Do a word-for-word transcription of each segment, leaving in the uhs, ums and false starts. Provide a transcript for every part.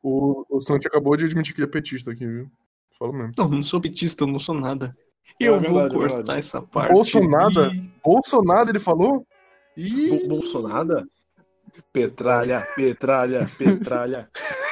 O, o Santi acabou de admitir que ele é petista aqui, viu? Falo mesmo. Não, não sou petista, eu não sou nada. É Eu verdade, vou é cortar verdade. essa parte. Bolsonaro? e- Bolsonaro, ele falou? Ih, Bo- Bolsonaro? Petralha, petralha, petralha.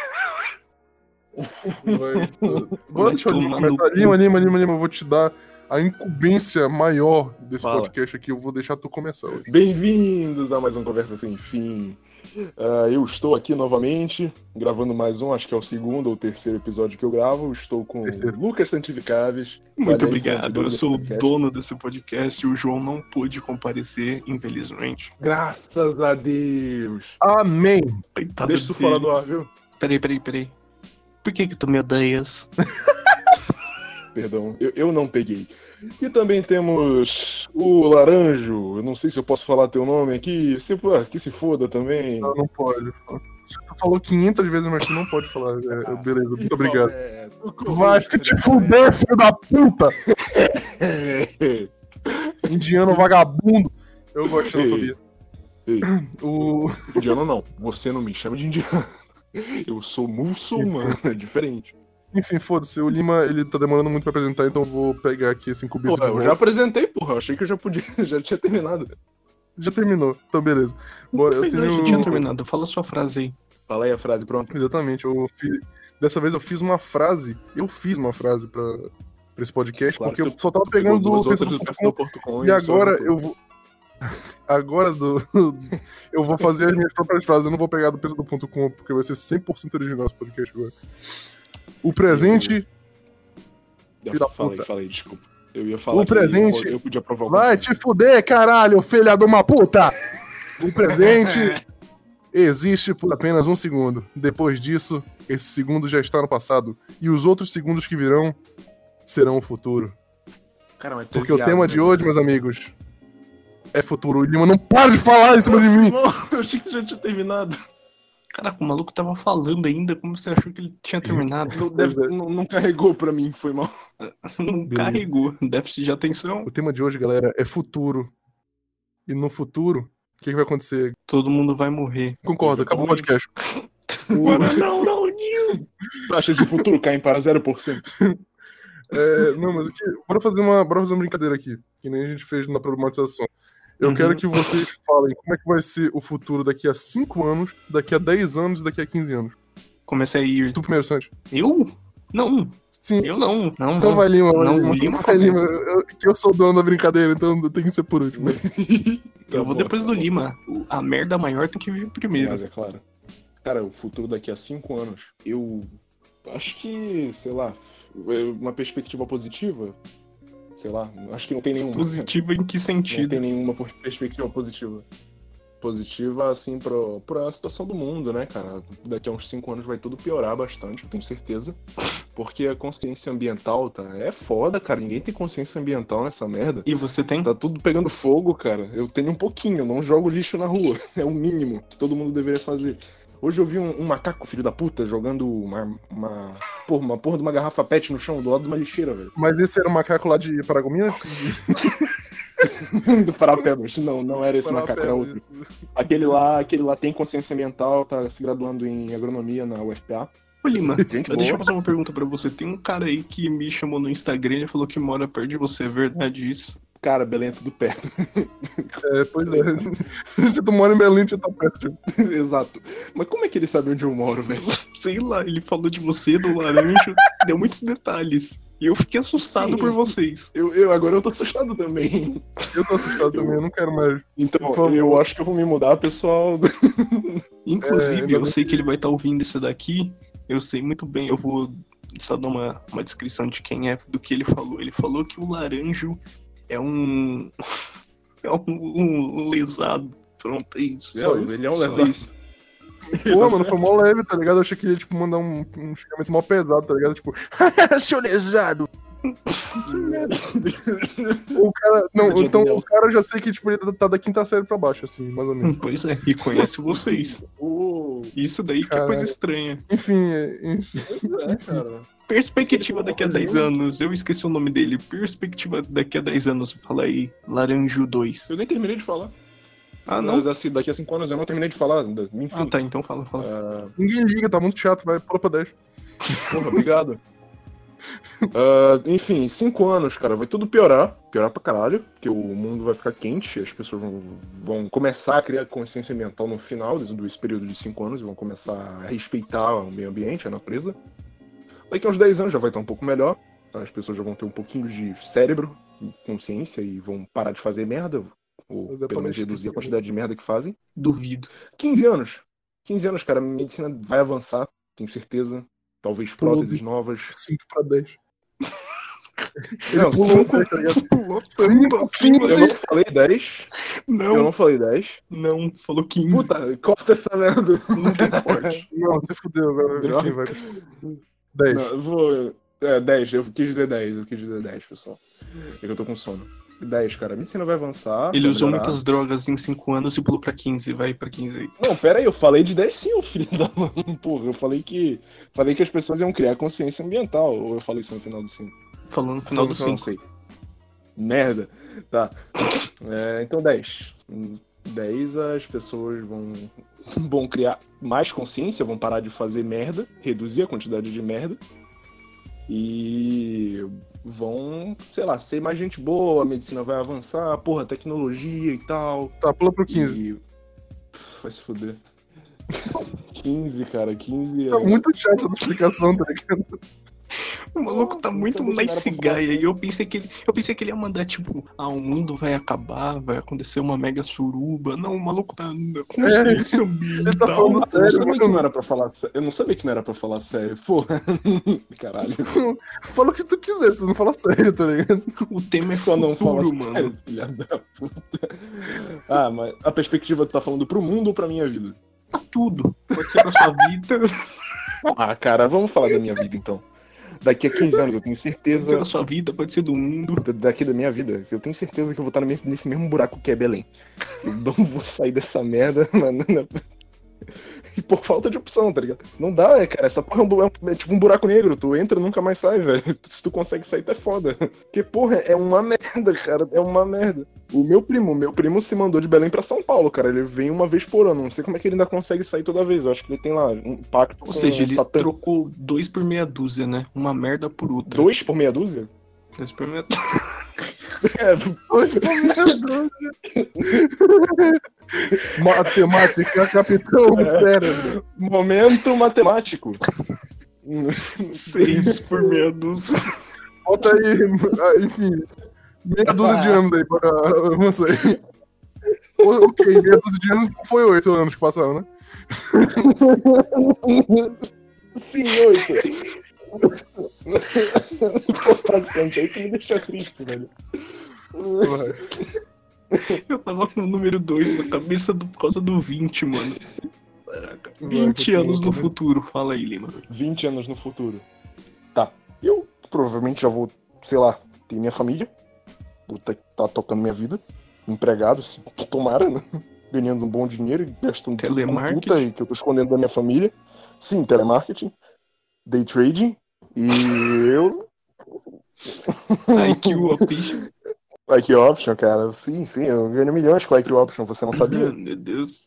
vai. Agora Vai deixa eu tomar no começar. cu. Lima, Lima, Lima, Lima, eu vou te dar a incumbência maior desse Fala. podcast aqui. Eu vou deixar tu começar hoje. Bem-vindos a mais um Conversa Sem Fim. Ah, eu estou aqui novamente, gravando mais um, acho que é o segundo ou terceiro episódio que eu gravo. Estou com Terceiro. Lucas Santificaves. Muito Aliás, obrigado, dono eu desse sou o podcast. dono desse podcast. O João não pôde comparecer, infelizmente. Graças a Deus. Amém. Coitado Deixa isso dele. fora do ar, viu? Peraí, peraí, peraí. Por que que tu me odeias? Perdão, eu, eu não peguei. E também temos o Laranjo. Eu não sei se eu posso falar teu nome aqui. Se, pô, que se foda também. Não, não pode. Tu falou quinhentas vezes, mas tu não pode falar. É, beleza, muito obrigado. É, Vai te fuder, filho da puta! Ei, Indiano vagabundo. Eu gosto de xenofobia. ei, O... indiano não. Você não me chama de indiano. Eu sou muçulmano, é diferente. Enfim, foda-se. O Lima, ele tá demorando muito pra apresentar, então eu vou pegar aqui esse incubível Porra, de eu volta. já apresentei, porra. Eu achei que eu já podia, já tinha terminado. Já terminou, então beleza. Bora, eu Pois é, tenho... já tinha terminado. Fala a sua frase aí. Fala aí a frase, pronto. Exatamente, eu fiz... Dessa vez eu fiz uma frase, eu fiz uma frase pra, pra esse podcast, Claro porque que eu só tava pegando do duas outras do pensador ponto com, pensador ponto com e agora eu vou... Agora do... eu vou fazer as minhas próprias frases, eu não vou pegar do pensador ponto com, porque vai ser cem por cento original esse podcast agora. O presente... filho da Fala aí, puta. fala aí, desculpa. Eu ia falar O que eu- presente eu podia provar o Vai contrário. te fuder, caralho, filha de uma puta! O presente existe por apenas um segundo. Depois disso, esse segundo já está no passado. E os outros segundos que virão serão o futuro. Cara, mas tu é Porque o viado, tema né? de hoje, meus amigos, é futuro. O Lima não para de falar em cima de mim! Não, eu achei que já tinha terminado. Caraca, o maluco tava falando ainda, como você achou que ele tinha terminado? Não, deve- Pois é. não- não carregou pra mim, foi mal. Não Beleza. carregou. Déficit de atenção. O tema de hoje, galera, é futuro. E no futuro, o que, que vai acontecer? Todo mundo vai morrer. Concordo, acabou o podcast. Mano, não, não, Nil. Taxa de futuro caem para zero por cento. É, não, mas o que... Bora fazer uma, bora fazer uma brincadeira aqui, que nem a gente fez na problematização. Eu Uhum. quero que vocês falem como é que vai ser o futuro daqui a cinco anos, daqui a dez anos e daqui a quinze anos. Comecei a ir. Tu primeiro, Santi. Eu? Não, Sim. eu não. Não, Então não. vai, Lima. Vai, Não, Lima. o Lima Vai, Lima. começa. Eu, eu- que eu sou o dono da brincadeira, então tem que ser por último. Eu vou depois do Lima. O- A merda maior tem que vir primeiro. Mas é claro. Cara, o futuro daqui a cinco anos, eu acho que, sei lá, uma perspectiva positiva, sei lá, acho que não tem nenhuma. Positivo em que Não sentido? tem nenhuma perspectiva positiva. Positiva, assim, pro, pra situação do mundo, né, cara? Daqui a uns cinco anos vai tudo piorar bastante, eu tenho certeza. Porque a consciência ambiental, tá? É foda, cara. Ninguém tem consciência ambiental nessa merda. E você tem? Tá tudo pegando fogo, cara. Eu tenho um pouquinho, eu não jogo lixo na rua. É o mínimo que todo mundo deveria fazer. Hoje eu vi um, um macaco, filho da puta, jogando uma, uma, porra, uma porra de uma garrafa pet no chão, do lado de uma lixeira, velho. Mas esse era o macaco lá de Paragominas? Do Parapebas. Não, não era esse macaco, era outro. Aquele lá, aquele lá tem consciência ambiental, tá se graduando em agronomia na U F P A. Ô, Lima, Gente deixa eu boa. fazer uma pergunta pra você. Tem um cara aí que me chamou no Instagram e falou que mora perto de você. É verdade isso? Cara, Belém é tudo perto. É, pois é. Se tu mora em Belém, tu tá perto. Tipo. Exato. Mas como é que ele sabe onde eu moro, velho? Sei lá, ele falou de você, do laranja, deu muitos detalhes. E eu fiquei assustado Sim. por vocês. Eu, eu, agora eu tô assustado também. Eu tô assustado também, eu não quero mais. Então, Por favor. eu acho que eu vou me mudar, pessoal. Inclusive, É, ainda eu bem sei que ele vai estar ouvindo isso daqui. Eu sei muito bem, eu vou só dar uma, uma descrição de quem é, do que ele falou. Ele falou que o laranjo é um. É um, um lesado. Pronto, é isso. Só É, isso? ele é um Só lesado. isso. Pô, mano, foi mó leve, tá ligado? Eu achei que ele ia, tipo, mandar um, um xingamento mó pesado, tá ligado? Tipo, seu lesado. O cara. Não, Tadinho então do Nelson. o cara eu já sei que, tipo, ele tá da quinta série pra baixo, assim, mais ou menos. Pois é, e conhece vocês. Uh, Isso daí que é Caralho. coisa estranha. Enfim, é, enfim. é, cara. Perspectiva daqui a dez anos, eu esqueci o nome dele. Perspectiva daqui a dez anos, fala aí, Laranjo dois. Eu nem terminei de falar. Ah, não? Mas, assim, daqui a cinco anos eu não terminei de falar. Enfim. Ah, tá, então fala, fala. Ah, Ninguém liga, tá muito chato, vai, pula pra dez. porra, obrigado. Ah, enfim, cinco anos, cara, vai tudo piorar. Piorar pra caralho. Porque o mundo vai ficar quente. As pessoas vão, vão começar a criar consciência ambiental no final desse, desse período de cinco anos. E vão começar a respeitar o meio ambiente, a natureza. Daqui a uns dez anos já vai estar um pouco melhor. As pessoas já vão ter um pouquinho de cérebro, consciência e vão parar de fazer merda. Ou Mas é pelo pra menos não reduzir a esquecer. quantidade de merda que fazem. Duvido. quinze anos. quinze anos, cara, a medicina vai avançar, tenho certeza. Talvez Pulou próteses do- novas. cinco pra dez. Não, Pulou, cinco. tá ligado? Pulou Cinco, tanto assim, cinco, Eu mano. não falei dez. Eu Não, não falei dez. não, falou quinze. Puta, corta essa merda. Não tem corte. Não, você fudeu agora. Droga. Enfim, vai. dez. Não, eu vou. É, dez, eu quis dizer dez, eu quis dizer dez, pessoal. É que eu tô com sono. dez, cara, a medicina vai avançar. Ele vai usou melhorar. muitas drogas em cinco anos e pulou pra quinze. Vai pra quinze aí. Não, pera aí, eu falei de dez sim, ô filho da mãe. Porra, eu falei que. Falei que as pessoas iam criar consciência ambiental. Ou eu falei isso no final do cinco? Falando no final do Eu não cinco. sei. Merda. Tá. É, então dez. dez as pessoas vão, vão criar mais consciência, vão parar de fazer merda, reduzir a quantidade de merda. E vão, sei lá, ser mais gente boa, a medicina vai avançar, porra, tecnologia e tal. Tá, pula pro quinze. E... Vai se fuder. quinze, cara, quinze Tá é... muito chato essa explicação, tá ligado? O maluco tá Não, muito não era nice pra falar. guy. E eu pensei que ele, eu pensei que ele ia mandar, tipo, ah, o mundo vai acabar, vai acontecer uma mega suruba. Não, o maluco tá na consciência Ele tá ambiental. falando Eu não sério, sabia que não mano. era pra falar sé- Eu não sabia que não era pra falar sério, porra. Caralho. Fala o que tu quiser, você não fala sério, tá ligado? O tema é Só não fala futuro, sério, mano. filha da puta. Ah, mas a perspectiva tu tá falando pro mundo ou pra minha vida? Pra tudo. Pode ser pra sua vida, pode Ah, cara, vamos falar da minha vida então. Daqui a quinze anos, eu tenho ser certeza. da sua vida, pode ser do mundo. Daqui da minha vida, eu tenho certeza que eu vou estar no mesmo- nesse mesmo buraco que é Belém. Eu não vou sair dessa merda, mano. não- E por falta de opção, tá ligado? Não dá, é, cara. Essa porra é, um bu- é um- é tipo um buraco negro. Tu entra e nunca mais sai, velho. Se tu consegue sair, tu é foda. Porque, porra, é uma merda, cara. É uma merda. O meu primo, meu primo se mandou de Belém pra São Paulo, cara. Ele vem uma vez por ano. Não sei como é que ele ainda consegue sair toda vez. Eu acho que ele tem lá um pacto Ou com seja, ele Satã. trocou dois por meia dúzia, né? Uma merda por outra. Dois por meia dúzia? Dois por meia dúzia. É, Matemática, capitão, É. cérebro. momento matemático. Seis por meia dúzia. Bota aí, ah, enfim, meia dúzia de anos aí pra avançar aí. O- Ok, meia dúzia de anos não foi oito anos que passaram, né? Sim, oito. Pô, bastante. Aí tu me deixa triste, velho. Vai. Eu tava com o número dois na cabeça do- por causa do vinte, mano. Caraca. Vai, vinte continua, anos no continua. futuro. Fala aí, Lima. vinte anos no futuro. Tá. Eu provavelmente já vou, sei lá, ter minha família. Vou ter que tá tocando minha vida. Empregado, se tomara, né? Ganhando um bom dinheiro e gastando tudo com Telemarketing. puta aí que eu tô escondendo da minha família. Sim, telemarketing. Day trading. E eu. I Q Option. I Q Option, cara. Sim, sim, eu ganho milhões com I Q Option, você não sabia? Meu Deus.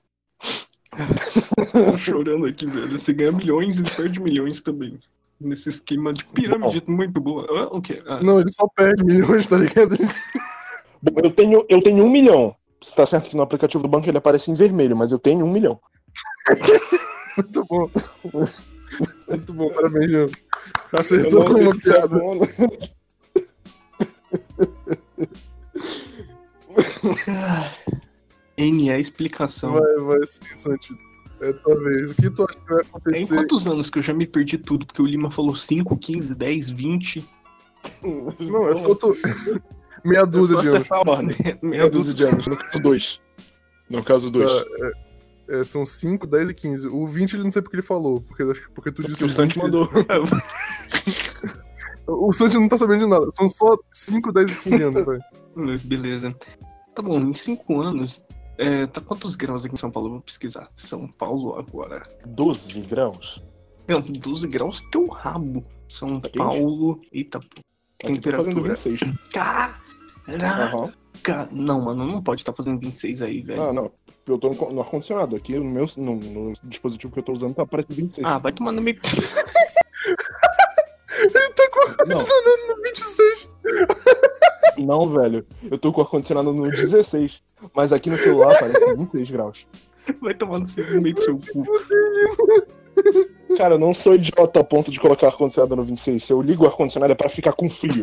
Tô chorando aqui, velho. Você ganha milhões e perde milhões também. Nesse esquema de pirâmide muito boa. Ah, o quê? Ah, Não, ele só perde milhões, tá ligado? Bom, eu tenho, eu tenho um milhão. Você tá certo que no aplicativo do banco ele aparece em vermelho, mas eu tenho um milhão. Muito bom. Muito bom, parabéns, João. Eu Acertou não sei uma se isso é piada. bom. N é explicação. Vai, vai sim, Santi. É tua vez. O que tu acha que vai É em acontecer? quantos anos que eu já me perdi tudo? Porque o Lima falou cinco, quinze, dez, vinte. Não, é só tu. Meia dúzia É de só anos. acertar a ordem. Meia Meia dúzia de anos. No caso, dois. No caso, dois. Tá, é, é, são cinco, dez e quinze. O vinte ele não sei porque ele falou. Porque, acho que- porque tu disse o Santi vinte. mandou. O Santi não tá sabendo de nada. São só cinco, dez e quinze anos, velho. Beleza. Tá bom, em cinco anos. É, tá quantos graus aqui em São Paulo? Eu vou pesquisar. São Paulo agora. doze graus? Não, doze graus teu rabo. São Tá quente? Paulo. Eita, Aqui tá fazendo temperatura. vinte e seis. Cá! Aham. Caraca! Não, mano, não pode estar fazendo vinte e seis aí, velho. Ah, não. Eu tô no, no ar-condicionado. Aqui no meu no, no dispositivo que eu tô usando tá aparecendo vinte e seis. Ah, vai tomar no meio. Ele tá com o ar-condicionado no vinte e seis. Não, velho. Eu tô com o ar-condicionado no dezesseis. Mas aqui no celular aparece vinte e seis graus. Vai tomar no seu- no meio do seu cu. Cara, eu não sou idiota a ponto de colocar ar-condicionado no vinte e seis. Se eu ligo o ar-condicionado é pra ficar com frio.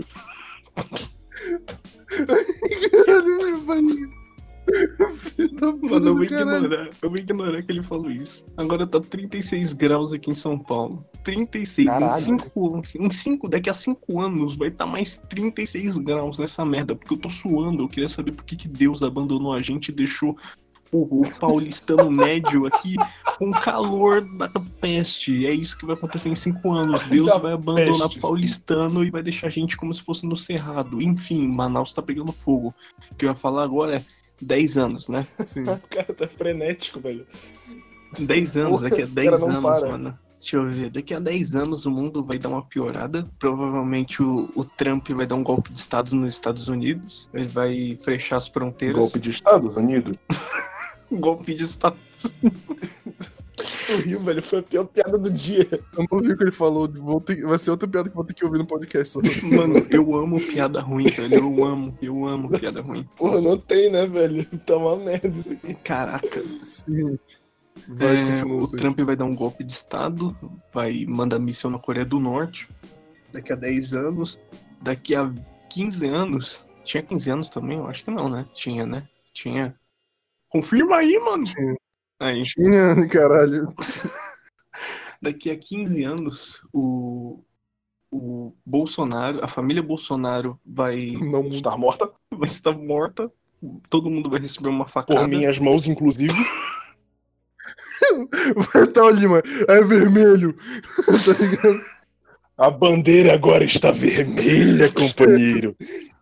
Caralho, meu barriga. Filho da puta Mano, eu do vou caralho. ignorar. Eu vou ignorar que ele falou isso. Agora tá trinta e seis graus aqui em São Paulo. trinta e seis. Caralho. Em cinco, em cinco, daqui a cinco anos vai estar mais trinta e seis graus nessa merda. Porque eu tô suando. Eu queria saber por que, que Deus abandonou a gente e deixou o, o paulistano médio aqui com o calor da peste. É isso que vai acontecer em cinco anos. Deus Da vai abandonar peste, sim. paulistano e vai deixar a gente como se fosse no Cerrado. Enfim, Manaus tá pegando fogo. O que eu ia falar agora é dez anos, né? Sim. O cara tá frenético, velho. dez anos, Porra, daqui a o dez cara não anos, para. mano. Deixa eu ver, daqui a dez anos o mundo vai dar uma piorada. Provavelmente o, o Trump vai dar um golpe de Estado nos Estados Unidos. Ele vai fechar as fronteiras. Golpe de Estados Unidos. Golpe de Estado. O Rio, velho, foi a pior piada do dia. Eu não vi o que ele falou. Vou ter- Vai ser outra piada que eu vou ter que ouvir no podcast. Só. Mano, eu amo piada ruim, velho. Eu amo, eu amo piada ruim. Porra, não tem, né, velho? Tá uma merda isso aqui. Caraca. Sim. Vai, É, continua. o assim. Trump vai dar um golpe de Estado, vai mandar míssil na Coreia do Norte. Daqui a dez anos. Daqui a quinze anos. Tinha quinze anos também? Eu acho que não, né? Tinha, né? Tinha. Confirma aí, mano. Tinha. Aí. Tinha, caralho. Daqui a quinze anos, o, o Bolsonaro, a família Bolsonaro vai, Não muda. Estar morta? vai estar morta. Todo mundo vai receber uma facada. Por minhas mãos, inclusive. Vai estar ali, mano. É vermelho. Tá ligado? A bandeira agora está vermelha, companheiro.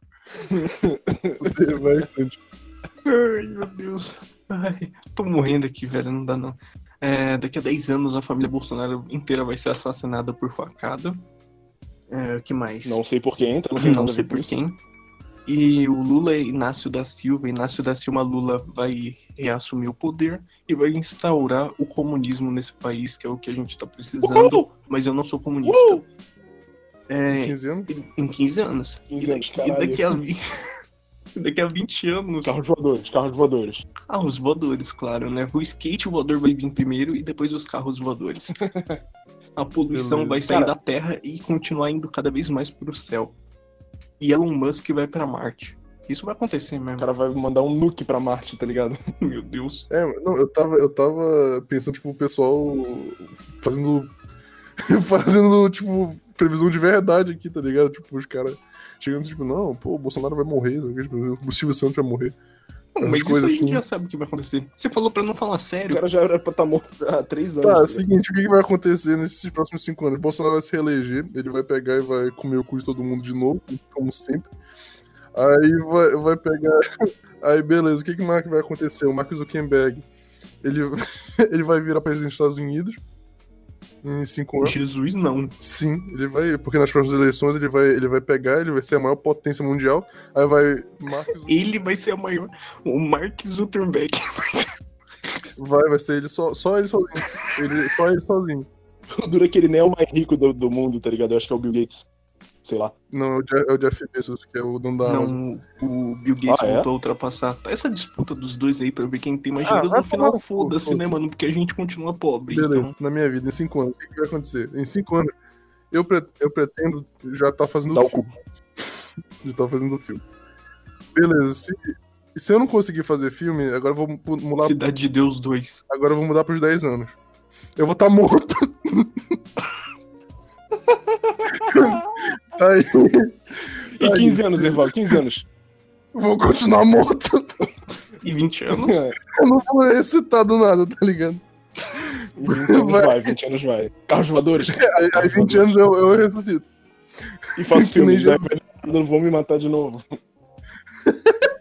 Vai, Santi. Ai, meu Deus. Ai, tô morrendo aqui, velho. Não dá, não. É, daqui a dez anos, a família Bolsonaro inteira vai ser assassinada por facada. É, o que mais? Não sei por quem entra, não tem Não nada a sei ver com por isso. quem. E o Lula Inácio da Silva, Inácio da Silva Lula vai reassumir o poder e vai instaurar o comunismo nesse país, que é o que a gente tá precisando. Uhul! Mas eu não sou comunista. Uhul! É, quinze anos? em quinze anos. quinze E anos, daqui- e caralho. daqui a, vi- daqui a vinte anos. Carros voadores, carros voadores. Ah, os voadores, claro, né? O skate voador vai vir primeiro e depois os carros voadores. A poluição Beleza. vai sair Cara- da Terra e continuar indo cada vez mais pro céu. E Elon Musk vai pra Marte. Isso vai acontecer O mesmo. cara vai mandar um nuke pra Marte, tá ligado? Meu Deus. É, não, eu tava, eu tava pensando, tipo, o pessoal fazendo. fazendo, tipo, previsão de verdade aqui, tá ligado? Tipo, os caras chegando, tipo, não, pô, o Bolsonaro vai morrer, sabe? Tipo, o Silvio Santos vai morrer. Não, As mas isso coisas a gente assim. já sabe o que vai acontecer. Você falou pra não falar Esse sério. cara já era pra estar morto há três anos. Tá, tá é o seguinte, o que, que vai acontecer nesses próximos cinco anos? O Bolsonaro vai se reeleger, ele vai pegar e vai comer o cu de todo mundo de novo, como sempre. Aí vai, vai pegar. Aí beleza, o que, que mais que vai acontecer? O Mark Zuckerberg, ele, ele vai virar presidente dos Estados Unidos em cinco anos. Jesus, não. Sim, ele vai, porque nas próximas eleições ele vai, ele vai pegar, ele vai ser a maior potência mundial. Aí vai Mark Zuckerberg, Ele vai ser a maior. O Mark Zuckerberg. vai, vai ser ele só, só ele sozinho. Ele, só ele sozinho. O duro é que ele nem é o mais rico do, do mundo, tá ligado? Eu acho que é o Bill Gates. Sei lá. Não, é o Jeff, é o Jeff Bezos, que é o dono da Amazon. Não, o Bill Gates Ah, é? voltou a ultrapassar. Tá essa disputa dos dois aí pra ver quem tem mais Ah, dinheiro. vai no final, tomar no cu, foda-se, né, foda-se. mano? Porque a gente continua pobre. Beleza, Então, na minha vida, em cinco anos, o que, que vai acontecer? Em cinco anos, eu, pre- eu pretendo já estar fazendo Dá o filme. Já estar fazendo filme. Beleza, se, se eu não conseguir fazer filme, agora eu vou pu- mudar, Cidade de Deus dois. agora eu vou mudar pros dez anos. Eu vou estar morto. Tá aí. E Tá quinze aí, anos, sim. Erval, quinze anos. Vou continuar morto. E vinte anos. É, Eu não vou ressuscitar do nada, tá ligado? vinte anos Vai. vai, vinte anos vai. Carros voadores. Aí, aí vinte anos eu, eu ressuscito. E faço Que nem filme, né? Jesus. Não vão me matar de novo.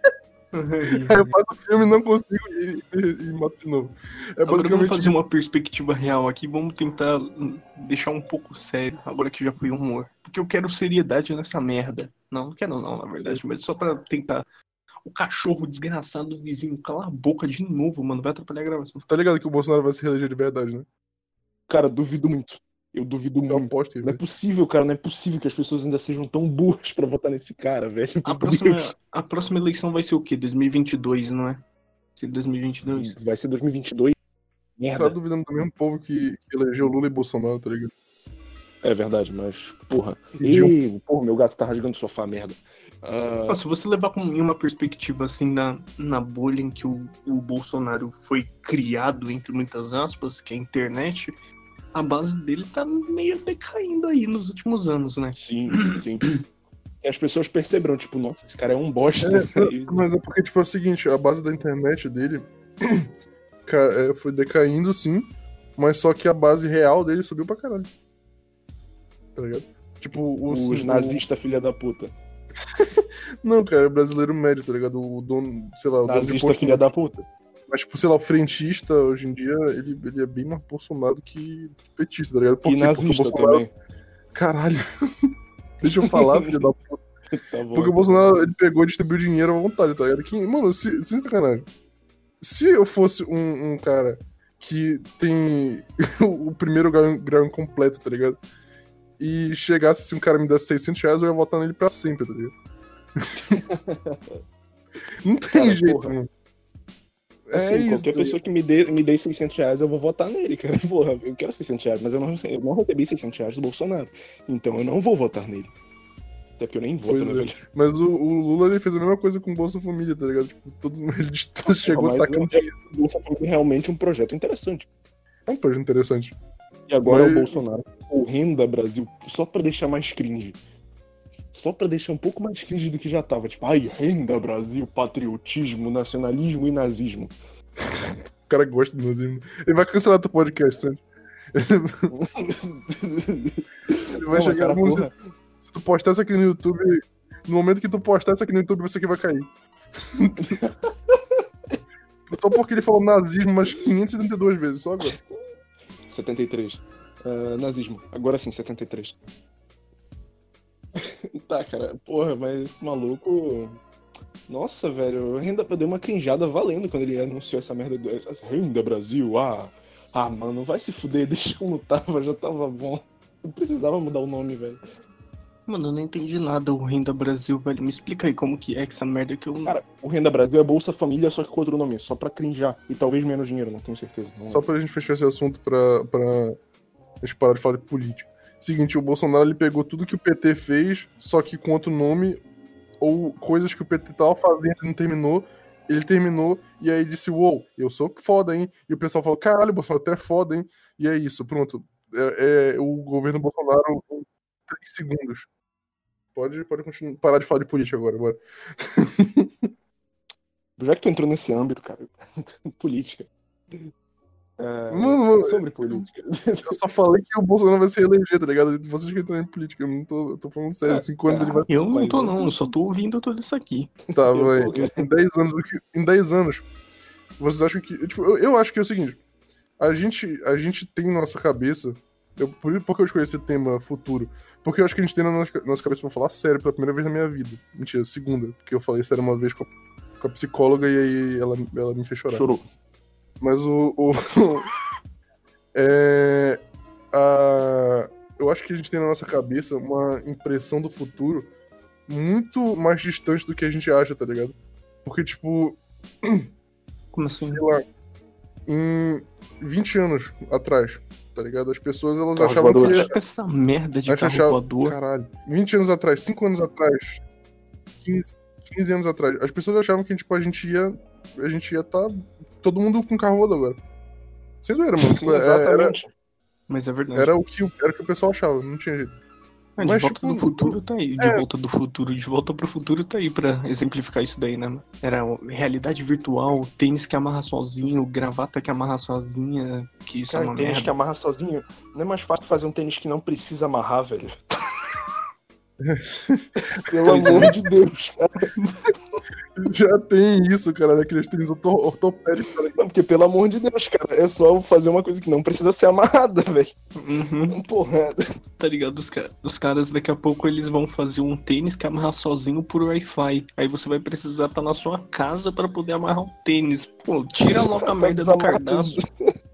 Aí eu faço o filme e não consigo e, e, e mato de novo. É Agora basicamente vamos fazer uma perspectiva real aqui, vamos tentar hum, deixar um pouco sério, agora que já foi humor. Porque eu quero seriedade nessa merda. Não, não quero não, na verdade, mas só pra tentar. O cachorro desgraçado do vizinho, cala a boca de novo, mano, vai atrapalhar a gravação. Tá ligado que o Bolsonaro vai se reeleger de verdade, né? Cara, duvido muito. Eu duvido Eu muito. aposto, Não é velho. possível, cara. Não é possível que as pessoas ainda sejam tão burras pra votar nesse cara, velho. A Meu próxima, Deus. a próxima eleição vai ser o quê? dois mil e vinte e dois, não é? Se dois mil e vinte e dois. Vai ser dois mil e vinte e dois. Tá Merda. duvidando do mesmo povo que, que elegeu Lula e Bolsonaro, tá ligado? É verdade, mas, porra. Dilma. Ei, porra, meu gato tá rasgando o sofá, merda. Ah, Ó, se você levar com em uma perspectiva assim na, na bolha em que o, o Bolsonaro foi criado, entre muitas aspas, que é a internet, a base dele tá meio decaindo aí nos últimos anos, né? sim, sim. E as pessoas perceberam, tipo, nossa, esse cara é um bosta. E- Mas é porque, tipo, é o seguinte, a base da internet dele ca- é, foi decaindo, sim, mas só que a base real dele subiu pra caralho. Tá ligado? Tipo, os, Os o- nazistas, filha da puta. Não, cara, é brasileiro médio, tá ligado? O dono, sei lá, o dono de Nazista, posto. filha da puta. Mas, tipo, sei lá, o frentista, hoje em dia, ele, ele é bem mais Bolsonaro que petista, tá ligado? Por E quê? Porque o nazista Bolsonaro... também. Caralho. Deixa eu falar, filho da puta. Tá bom. Porque o Bolsonaro, ele pegou e distribuiu dinheiro à vontade, tá ligado? Que, mano, se, sem sacanagem. Se eu fosse um, um cara que tem o primeiro grau, grau incompleto, tá ligado? E chegasse, se um cara me desse seiscentos reais, eu ia votar nele pra sempre, tá ligado? Não tem Cara, jeito, porra. mano. Assim, É isso. qualquer tá pessoa que me dê, me dê seiscentos reais, eu vou votar nele, cara. Porra, eu quero seiscentos reais, mas eu não, rece- eu não recebi seiscentos reais do Bolsonaro. Então eu não vou votar nele. Até porque eu nem voto, Pois né, é. velho? Mas o, o Lula, ele fez a mesma coisa com o Bolsa Família, tá ligado? Tipo, todo, ele chegou mas tacando é- dinheiro. O Bolsa Família é realmente um projeto interessante. É um projeto interessante. E agora Mas- é o Bolsonaro correndo da Brasil só pra deixar mais cringe. Só pra deixar um pouco mais cringe do que já tava. Tipo, ai, renda Brasil, patriotismo, nacionalismo e nazismo. O cara gosta do nazismo. Ele vai cancelar teu podcast, Sandy. Ele vai Não, chegar cara, no mundo. porra. Se tu postar isso aqui no YouTube, no momento que tu postar isso aqui no YouTube, isso aqui vai cair. Só porque ele falou nazismo umas quinhentas e setenta e duas vezes, só agora. setenta e três. Ah, nazismo. Agora sim, setenta e três. Tá, cara. Porra, mas esse maluco... Nossa, velho. Renda deu uma crinjada valendo quando ele anunciou essa merda do... essa Renda Brasil. Ah, ah, mano, vai se fuder. Deixa como tava, já tava bom. Não precisava mudar o nome, velho. Mano, eu não entendi nada o Renda Brasil, velho. Me explica aí como que é que essa merda que eu... Cara, o Renda Brasil é Bolsa Família, só que com outro nome. Só pra crinjar. E talvez menos dinheiro, não tenho certeza. Não Só pra gente fechar esse assunto pra, pra a gente parar de falar de política. Seguinte, o Bolsonaro ele pegou tudo que o P T fez, só que com outro nome, ou coisas que o P T tava fazendo e não terminou, ele terminou, e aí disse, uou, eu sou foda, hein? E o pessoal falou, caralho, Bolsonaro, tu é foda, hein? E é isso, pronto. É, é o governo Bolsonaro em três segundos. Pode, pode continuar, parar de falar de política agora, bora. Já que tu entrou nesse âmbito, cara, política. É, Mano, mano, sobre política. eu só falei que o Bolsonaro vai se reeleger, tá ligado? Vocês que entram em política, eu não tô, eu tô falando sério. Ah, Cinco anos ele vai. Eu não Mas tô eu- não, eu só tô ouvindo tudo isso aqui. Tá, Eu vai. tô, cara. Em dez anos, o que- em dez anos, vocês acham que. Tipo, eu, eu acho que é o seguinte: a gente, a gente tem na nossa cabeça. Eu, por, por que eu escolhi esse tema futuro? Porque eu acho que a gente tem na nossa, nossa cabeça pra falar sério pela primeira vez na minha vida. Mentira, segunda. Porque eu falei sério uma vez com a, com a psicóloga e aí ela, ela me fez chorar. Chorou. Mas o. o é, a, eu acho que a gente tem na nossa cabeça uma impressão do futuro muito mais distante do que a gente acha, tá ligado? Porque, tipo, Como assim? sei lá, em vinte anos atrás, tá ligado? As pessoas elas Carro achavam voador. que. Acho que essa merda de a gente carro achava- voador... Caralho, vinte anos atrás, cinco anos atrás, quinze, quinze anos atrás, as pessoas achavam que tipo, a gente ia. A gente ia tá todo mundo com carro voador agora. Sem zoeira, mano. Tipo, é- era, Exatamente. Mas é verdade. era, o que, o- era o que o pessoal achava, não tinha jeito. Ah, de mas, volta tipo, do futuro tá aí. De é. volta do futuro, de volta pro futuro tá aí pra exemplificar isso daí, né? Era realidade virtual, tênis que amarra sozinho, gravata que amarra sozinha, que isso é Cara, uma tênis merda. que amarra sozinho. Não é mais fácil fazer um tênis que não precisa amarrar, velho. Pelo Pois é. amor de Deus, cara. Já tem isso, cara, daqueles tênis orto- ortopédicos. Tá ligado? Não, porque, pelo amor de Deus, cara, é só fazer uma coisa que não precisa ser amarrada, velho. Uhum. Porra. Tá ligado? Os, ca- os caras daqui a pouco eles vão fazer um tênis que amarra sozinho por Wi-Fi. Aí você vai precisar estar na sua casa pra poder amarrar o tênis. Pô, tira logo a Tá merda do desamarrado. cardápio.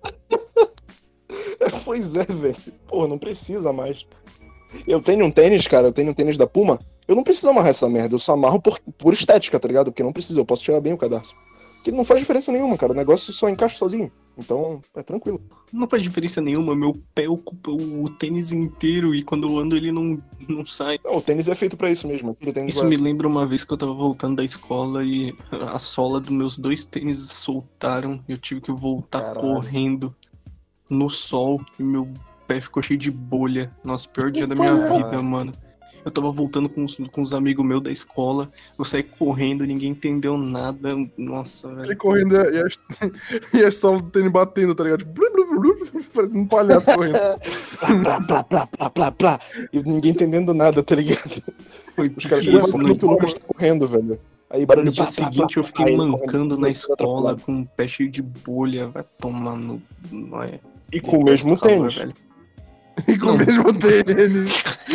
Pois é, velho. Porra, não precisa mais. Eu tenho um tênis, cara, eu tenho um tênis da Puma. Eu não preciso amarrar essa merda, eu só amarro por, por estética, tá ligado? Porque não precisa, eu posso tirar bem o cadarço. Porque não faz diferença nenhuma, cara. O negócio só encaixa sozinho. Então, é tranquilo. Não faz diferença nenhuma, meu pé ocupa o tênis inteiro e quando eu ando ele não, não sai. Não, o tênis é feito pra isso mesmo. Aquele tênis Isso vai me assim. lembra uma vez que eu tava voltando da escola e a sola dos meus dois tênis soltaram. Eu tive que voltar Caralho. correndo no sol e meu pé ficou cheio de bolha. Nossa, pior dia da minha vida, mano. Eu tava voltando com os, com os amigos meus da escola, eu saí correndo, ninguém entendeu nada. Nossa, Ele velho. correndo e as, e as solas do tênis batendo, tá ligado? Tipo, blu, blu, blu, blu, parecendo um palhaço correndo. Plá, plá, plá, plá, plá, plá. E ninguém entendendo nada, tá ligado? Foi Os caras isso, pensando no, que o Lucas tá correndo, velho. Aí barulho no dia plá, plá, seguinte plá, eu fiquei aí ele mancando correndo, na tudo escola atrapalhado. com o pé cheio de bolha. Vai tomar no. Não é. E com o mesmo Calor, tênis. velho. E com Não. o mesmo tênis.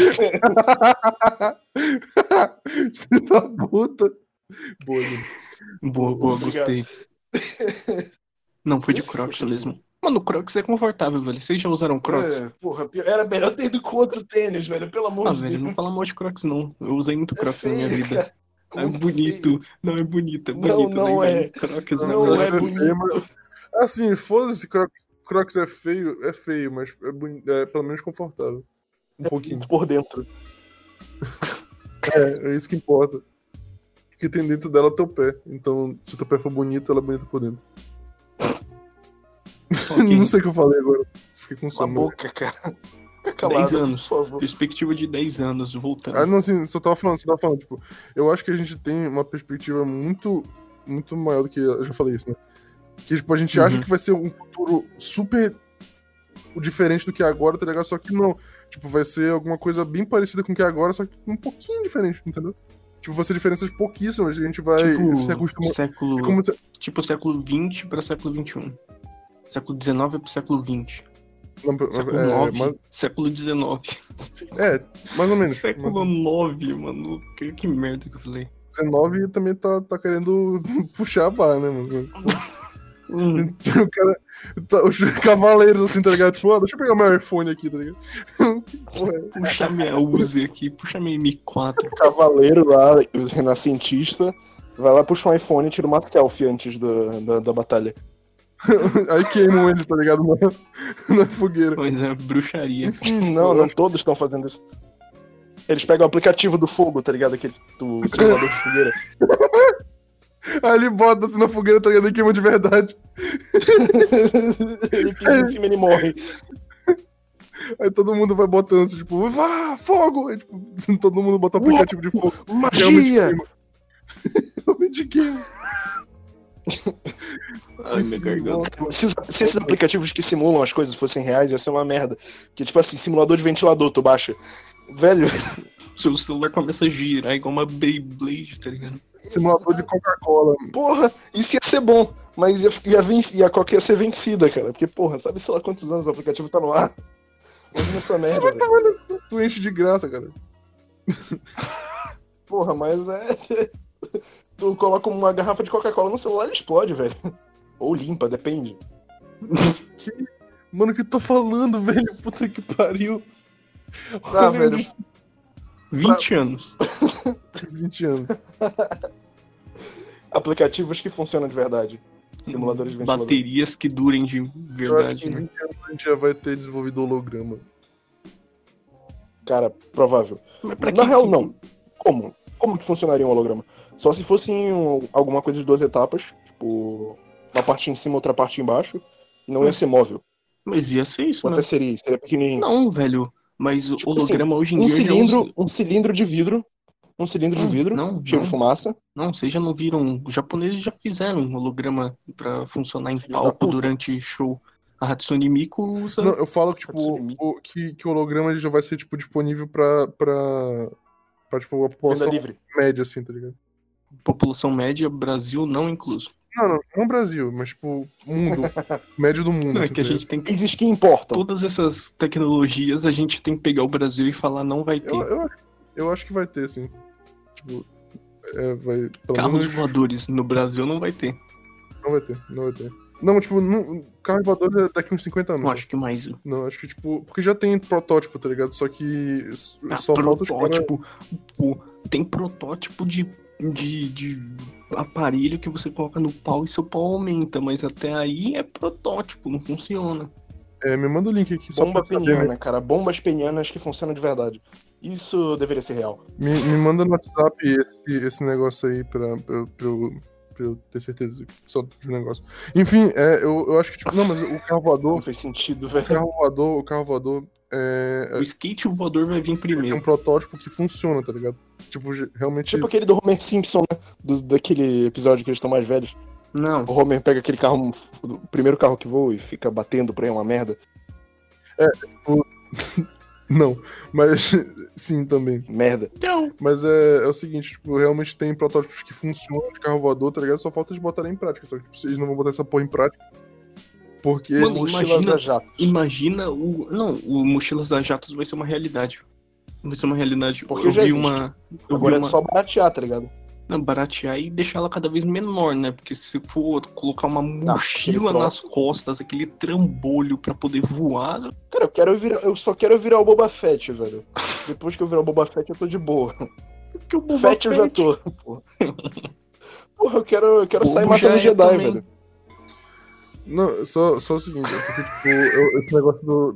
Filho da puta. Boa, Júlio. Boa, boa, Obrigado. gostei. Não, foi de Esse Crocs foi mesmo. Mano, Crocs é confortável, velho. Vocês já usaram Crocs? É, porra, era melhor ter ido com outro tênis, velho. Pelo amor Ah, de velho, Deus. não fala mal de Crocs, não. Eu usei muito É Crocs na minha feio, vida. cara. É Muito bonito. Não, é bonito, é Não, bonito. não né, é. velho? Crocs Não é é Crocs bonito. feio, mas- Assim, foda-se, Crocs, Crocs é feio, é feio, mas é, boni- é pelo menos confortável. Um pouquinho. Muito por dentro. É, é isso que importa. O que tem dentro dela é o teu pé. Então, se o teu pé for bonito, ela é bonita por dentro. Ok. Não sei o que eu falei agora. Fiquei com Com a sono. boca, cara. Fica calado, dez anos. por favor. Perspectiva de dez anos, voltando. Ah, não, assim, só tava falando, só tava falando, tipo, eu acho que a gente tem uma perspectiva muito, muito maior do que, eu já falei isso, né? Que, tipo, a gente Uhum. acha que vai ser um futuro super diferente do que é agora, tá ligado? Só que não. Tipo, vai ser alguma coisa bem parecida com o que é agora, só que um pouquinho diferente, entendeu? Tipo, vai ser diferenças pouquíssimas, a gente vai se Tipo, acostumar. século, É como se- tipo século vinte para século vinte e um. Século dezenove para século vinte. não, Século é, nove, mas- século dezenove. é, mais ou menos. Século nove, mano. Que, que merda que eu falei. dezenove também tá, tá querendo puxar a barra, né, mano? Hum, O cara. Tá, os cavaleiros, assim, tá ligado? Tipo, ó, deixa eu pegar meu iPhone aqui, tá ligado? Que porra é? puxa minha Uzi aqui, puxa minha M quatro. O cavaleiro lá, o renascentista, vai lá, puxa um iPhone e tira uma selfie antes do, da, da batalha. Aí queimam ele, tá ligado? Na, na fogueira. Pois é, bruxaria. Enfim, Não, não todos estão fazendo isso. Eles pegam o aplicativo do fogo, tá ligado? Aquele do simulador de fogueira. Aí ele bota assim na fogueira, tá ligado? E queima de verdade. Ele pisa em cima e ele morre. Aí todo mundo vai botando assim, tipo, vá, fogo! Aí, tipo, todo mundo bota o aplicativo de fogo. Magia! Realmente queima. Ai, minha garganta. Se, os- se esses aplicativos que simulam as coisas fossem reais, ia ser uma merda. Que tipo assim, simulador de ventilador, tu baixa. Velho, Seu celular começa a girar igual uma Beyblade, tá ligado? Simulador de Coca-Cola. porra, isso ia ser bom. Mas ia, ia, venci, ia, a Coca ia ser vencida, cara. Porque, porra, sabe sei lá quantos anos o aplicativo tá no ar? Imagina essa merda, velho. Tu enche de graça, cara. Porra, mas é. Tu coloca uma garrafa de Coca-Cola no celular e explode, velho. Ou limpa, depende. Mano, o que eu tô falando, velho? Puta que pariu. Ah, Olha velho. onde- vinte anos. vinte anos. Aplicativos que funcionam de verdade. Simuladores de ventilador. Baterias que durem de Eu acho que verdade, em né? vinte anos a gente já vai ter desenvolvido holograma. Cara, provável. Mas pra Na que real, que- não. Como? Como que funcionaria um holograma? Só se fosse em um- alguma coisa de duas etapas. Tipo, uma parte em cima, outra parte embaixo. E não ia Mas- ser móvel. Mas ia ser isso, Ou né? até seria, seria pequenininho. Não, velho. Mas o Tipo holograma hoje em Um dia já cilindro, usa... um cilindro de vidro. Um cilindro de Não, vidro, não, cheio não. de fumaça. Não, vocês já não viram. Os japoneses já fizeram um holograma pra funcionar em Filhos da palco puta. durante show. A Hatsune Miku usa. Não, eu falo que, tipo, Hatsune o, que, que o holograma ele já vai ser, tipo, disponível pra, pra, pra tipo, a Venda população livre. média, assim, tá ligado? População média, Brasil não incluso. Não, não, não Brasil, mas tipo, mundo. Médio do mundo. Não, é assim, que a tá gente tem que. Existe que importam. Todas essas tecnologias a gente tem que pegar o Brasil e falar não vai ter. Eu, eu, eu acho que vai ter, sim. Tipo, é, vai. Pelo Carros menos, voadores no Brasil não vai ter. Não vai ter, não vai ter. Não, tipo, não, carro voador é daqui uns cinquenta anos. Não, só. acho que mais um. Não, acho que, tipo. Porque já tem protótipo, tá ligado? Só que. s- Ah, só falta os caras. protótipo. Pô, tem protótipo de, de, de aparelho que você coloca no pau e seu pau aumenta, mas até aí é protótipo, não funciona. É, me manda o link aqui só Bomba pra saber, peniana, né? cara. Bombas penianas que funcionam de verdade. Isso deveria ser real. Me, me manda no WhatsApp esse, esse negócio aí pra, pra, pra eu, pra eu ter certeza só do negócio. Enfim, é, eu, eu acho que, tipo, não, mas o carro Não voador, fez sentido, o velho. carro voador, o carro voador é, O skate voador vai vir tem um primeiro. protótipo que funciona, tá ligado? Tipo, ge- realmente. Tipo aquele do Homer Simpson, né? Do, daquele episódio que eles estão mais velhos. Não, O Homer pega aquele carro, o primeiro carro que voa e fica batendo pra ele uma merda. Não, mas sim também. Merda. então. Mas é, é o seguinte, tipo, realmente tem protótipos que funcionam de carro voador, tá ligado? Só falta de botarem em prática. Só que tipo, eles não vão botar essa porra em prática. Porque. Mano, Mochilas imagina- a jato. Imagina o. Não, o Mochilas da Jatos vai ser uma realidade. Vai ser uma realidade. Porque eu já vi existe. uma. Eu Agora vi é uma. só baratear, tá ligado? Não, baratear e deixar ela cada vez menor, né? Porque se for colocar uma mochila aquele nas costas, aquele trambolho pra poder voar. Cara, eu quero virar. Eu só quero virar o Boba Fett, velho. Depois que eu virar o Boba Fett, eu tô de boa. Que o Boba Fett eu já tô. Porra, Porra eu quero, eu quero Bobo sair já matando é Jedi, também. velho. Não, só, só o seguinte, é porque, tipo, eu- esse negócio do.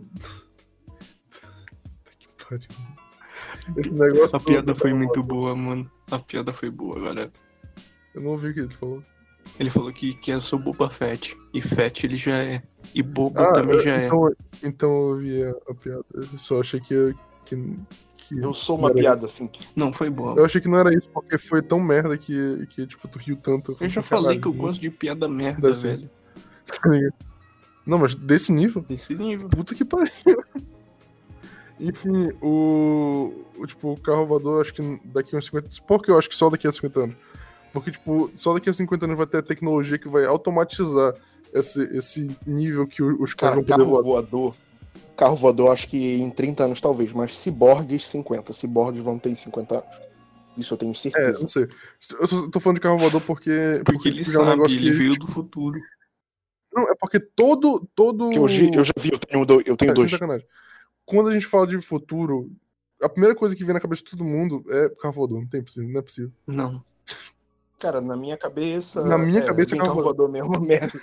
Que pariu. Esse negócio A do- piada do foi carro muito voador, boa, mano. A piada foi boa, agora. Eu não ouvi o que ele falou. Ele falou que, que eu sou Boba Fett. E Fett ele já é. E Boba Ah, também já é. então, então eu ouvi a, a piada. Eu só achei que. que, que Eu sou não uma era piada, assim. Não, foi boa. isso. Eu achei que não era isso, porque foi tão merda que, que tipo, tu riu tanto. Eu já assim, falei caralho, que eu não- gosto de piada merda, Deve ser velho. isso. Tá ligado? Não, mas desse nível? Desse nível. Puta que pariu. Enfim, o, o. Tipo, o carro voador, acho que daqui a uns cinquenta. Por que eu acho que só daqui a cinquenta anos? Porque, tipo, só daqui a cinquenta anos vai ter a tecnologia que vai automatizar esse, esse nível que o- os caras Cara, vão poder carro voar. voador. Carro voador, acho que em trinta anos talvez, mas ciborgues cinquenta. Ciborgues vão ter em cinquenta anos. Isso eu tenho É, certeza. não sei. Eu só tô falando de carro voador porque. Porque ele tipo, já é um sabe, negócio ele que- veio do futuro. Não, é porque todo. todo... Porque eu, gi- eu já vi, eu tenho, do- eu tenho É, sem dois. sacanagem. Quando a gente fala de futuro, a primeira coisa que vem na cabeça de todo mundo é carro voador. Não tem possível, não é possível. Não. Cara, na minha cabeça. Na minha é, cabeça é vem carro carro voador mesmo, merda.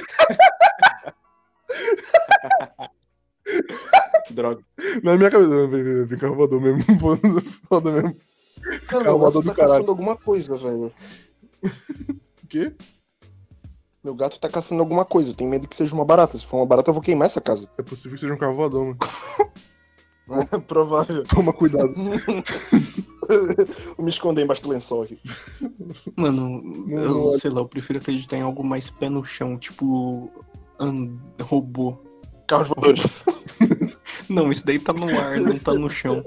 Que droga. Na minha cabeça, não, vem, vem, vem carro voador mesmo. Foda mesmo. Cara, Carro meu gato voador tá do caralho. caçando alguma coisa, velho. O quê? Meu gato tá caçando alguma coisa. Eu tenho medo que seja uma barata. Se for uma barata, eu vou queimar essa casa. É possível que seja um carro voador, mano. É provável. Toma cuidado. Vou me esconder embaixo do lençol aqui. Mano, Não, eu não é. sei lá, eu prefiro acreditar em algo mais pé no chão, tipo. an- robô. Carros voadores. Não, isso daí tá no ar, não tá no chão.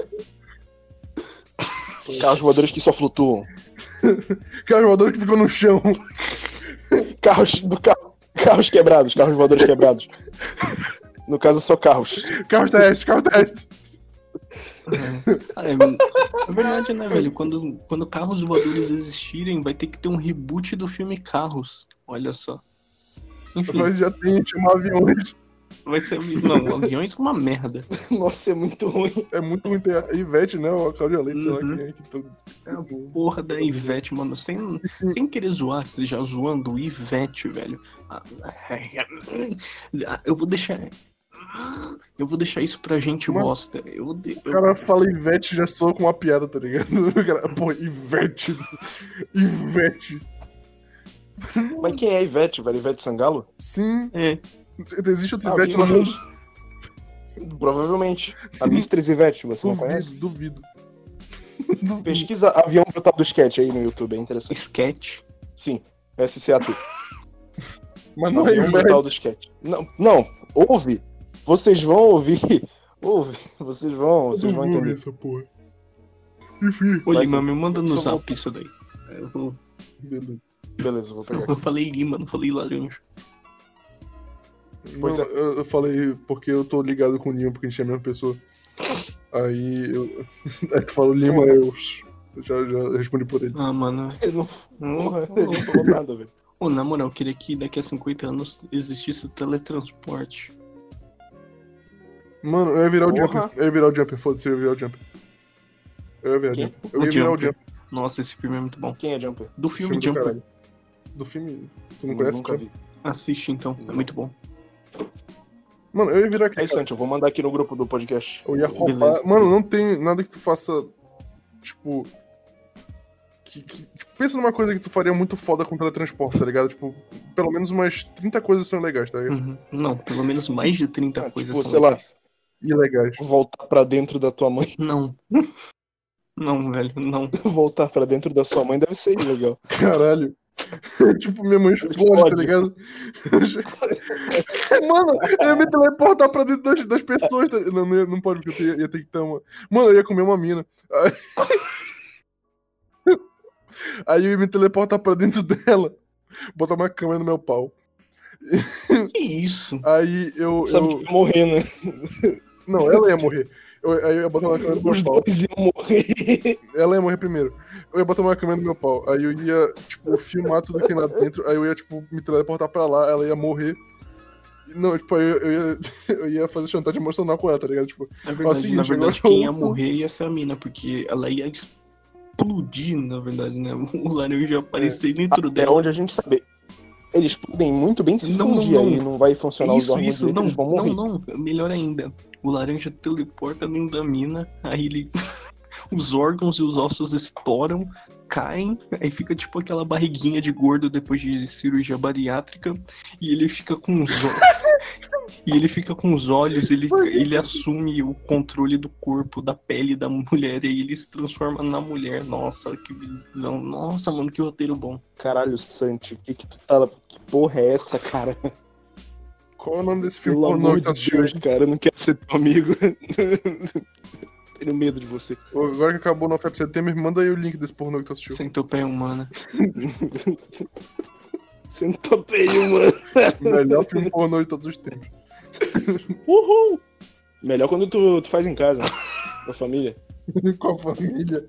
Carros voadores que só flutuam. Carro voador que ficou no chão. Carros, do carro, carros quebrados. Carros voadores quebrados. No caso, só carros. Carro teste, carro teste. É, é verdade, né, velho? Quando, quando carros voadores existirem, vai ter que ter um reboot do filme Carros. Olha só. Enfim, Mas já tem, chamar aviões. vai ser. Não, aviões é uma merda. Nossa, é muito ruim. É muito ruim ter a Ivete, né? O Cláudia Leite, sei lá Uhum. quem é que todo. É a porra da Ivete, mano. Sem, sem querer zoar, você já zoando o Ivete, velho. Ah, Eu vou deixar. Eu vou deixar isso pra gente Mas- bosta. Eu, de- O eu- cara fala Ivete já soa com uma piada, tá ligado? O cara, pô, Ivete. Ivete. Mas quem é a Ivete, velho? Ivete Sangalo? Sim, É, existe outra Ah, Ivete alguém no vai- mundo. Provavelmente. A Mistress Ivete, você não conhece? Duvido, duvido. Duvido. Pesquisa avião brutal do sketch aí no YouTube, é interessante. sketch. Sim, S C A T. Mas não é Avião Ivete. brutal do sketch. Não, não, ouve. Vocês vão ouvir. Ouve. Vocês vão, vocês vão Eu não vou entender. ver essa porra. Enfim. Ô, Mas, Lima, me manda no só zap voltar. isso daí. Eu, vou... Beleza. Beleza, vou pegar aqui. eu falei lima, não falei laranja. Pois Não, é. eu, eu falei porque eu tô ligado com o Lima, porque a gente é a mesma pessoa. Aí eu. Aí tu falou Lima, eu. eu já, já respondi por ele. Ah, mano. Ele não, Ô, ele não falou nada, velho. ô, na moral, eu queria que daqui a cinquenta anos existisse teletransporte. Mano, eu ia virar o Porra. Jumper. Eu ia virar o Jumper, foda-se, eu ia virar o Jumper. Eu ia virar o Quem? Jumper. Eu O ia virar o Jumper. Jumper. Nossa, esse filme é muito bom. Quem é Jumper? Do Esse filme, do Jumper. caralho. Do filme. Tu não conhece? Nunca Cara? vi. Assiste então, é muito bom. Mano, eu ia virar aqui. É isso, Santi, eu vou mandar aqui no grupo do podcast. Eu ia roubar. Beleza. Mano, não tem nada que tu faça. Tipo. Que, que- tipo, pensa numa coisa que tu faria muito foda com teletransporte, tá ligado? Tipo, pelo menos umas trinta coisas são legais, tá ligado? Uhum. Não, pelo menos mais de trinta Ah, coisas tipo, são sei lá, legais. Ilegais. voltar pra dentro da tua mãe. Não. Não, velho, não. Voltar pra dentro da sua mãe deve ser legal. Caralho. Tipo, minha mãe explode, Explode. tá ligado? Mano, eu ia me teleportar pra dentro das, das pessoas. Tá... Não, não, ia- não pode, porque eu ia, ia ter que ter uma. Mano, eu ia comer uma mina. Aí... Aí eu ia me teleportar pra dentro dela. Botar uma câmera no meu pau. Que isso? Aí eu. Sabe eu... que ia morrer, né? Não, ela ia morrer. Eu, aí eu ia botar uma câmera no meu Os pau. dois iam morrer. Ela ia morrer primeiro. Eu ia botar uma câmera no meu pau. Aí eu ia, tipo, filmar tudo que tem lá dentro. Aí eu ia, tipo, me teleportar pra lá. Ela ia morrer. Não, tipo, aí eu, eu, ia, eu ia fazer chantagem emocional com ela, tá ligado? Tipo, Na verdade, seguinte, na verdade agora quem ia eu- morrer ia ser a mina, porque ela ia explodir, na verdade, né? O laranja ia aparecer dentro Até dela. onde a gente sabe. Eles podem muito bem se Não, não, fundir não. aí, não vai funcionar os Isso, órgãos isso, direito, não, eles vão morrer. não, não, melhor ainda. O laranja teleporta dentro da mina, aí ele. Os órgãos e os ossos estouram, caem, aí fica tipo aquela barriguinha de gordo depois de cirurgia bariátrica, e ele fica com os olhos. E ele fica com os olhos, ele, ele assume o controle do corpo, da pele da mulher, e aí ele se transforma na mulher. Nossa, que visão. Nossa, mano, que roteiro bom. Caralho, Santi, que que tu tá... Que porra é essa, cara? qual é o nome desse filme Pelo pornô amor que tu de assistiu? Deus, cara, eu não quero ser teu amigo. Tenho medo de você. Agora que acabou o nove de setembro, manda aí o link desse pornô que tu assistiu. Centopeia humana. Centopeia, mano. Melhor filme pornô de todos os tempos. Uhul! Melhor quando tu, tu faz em casa, né? Com a família. Com a família.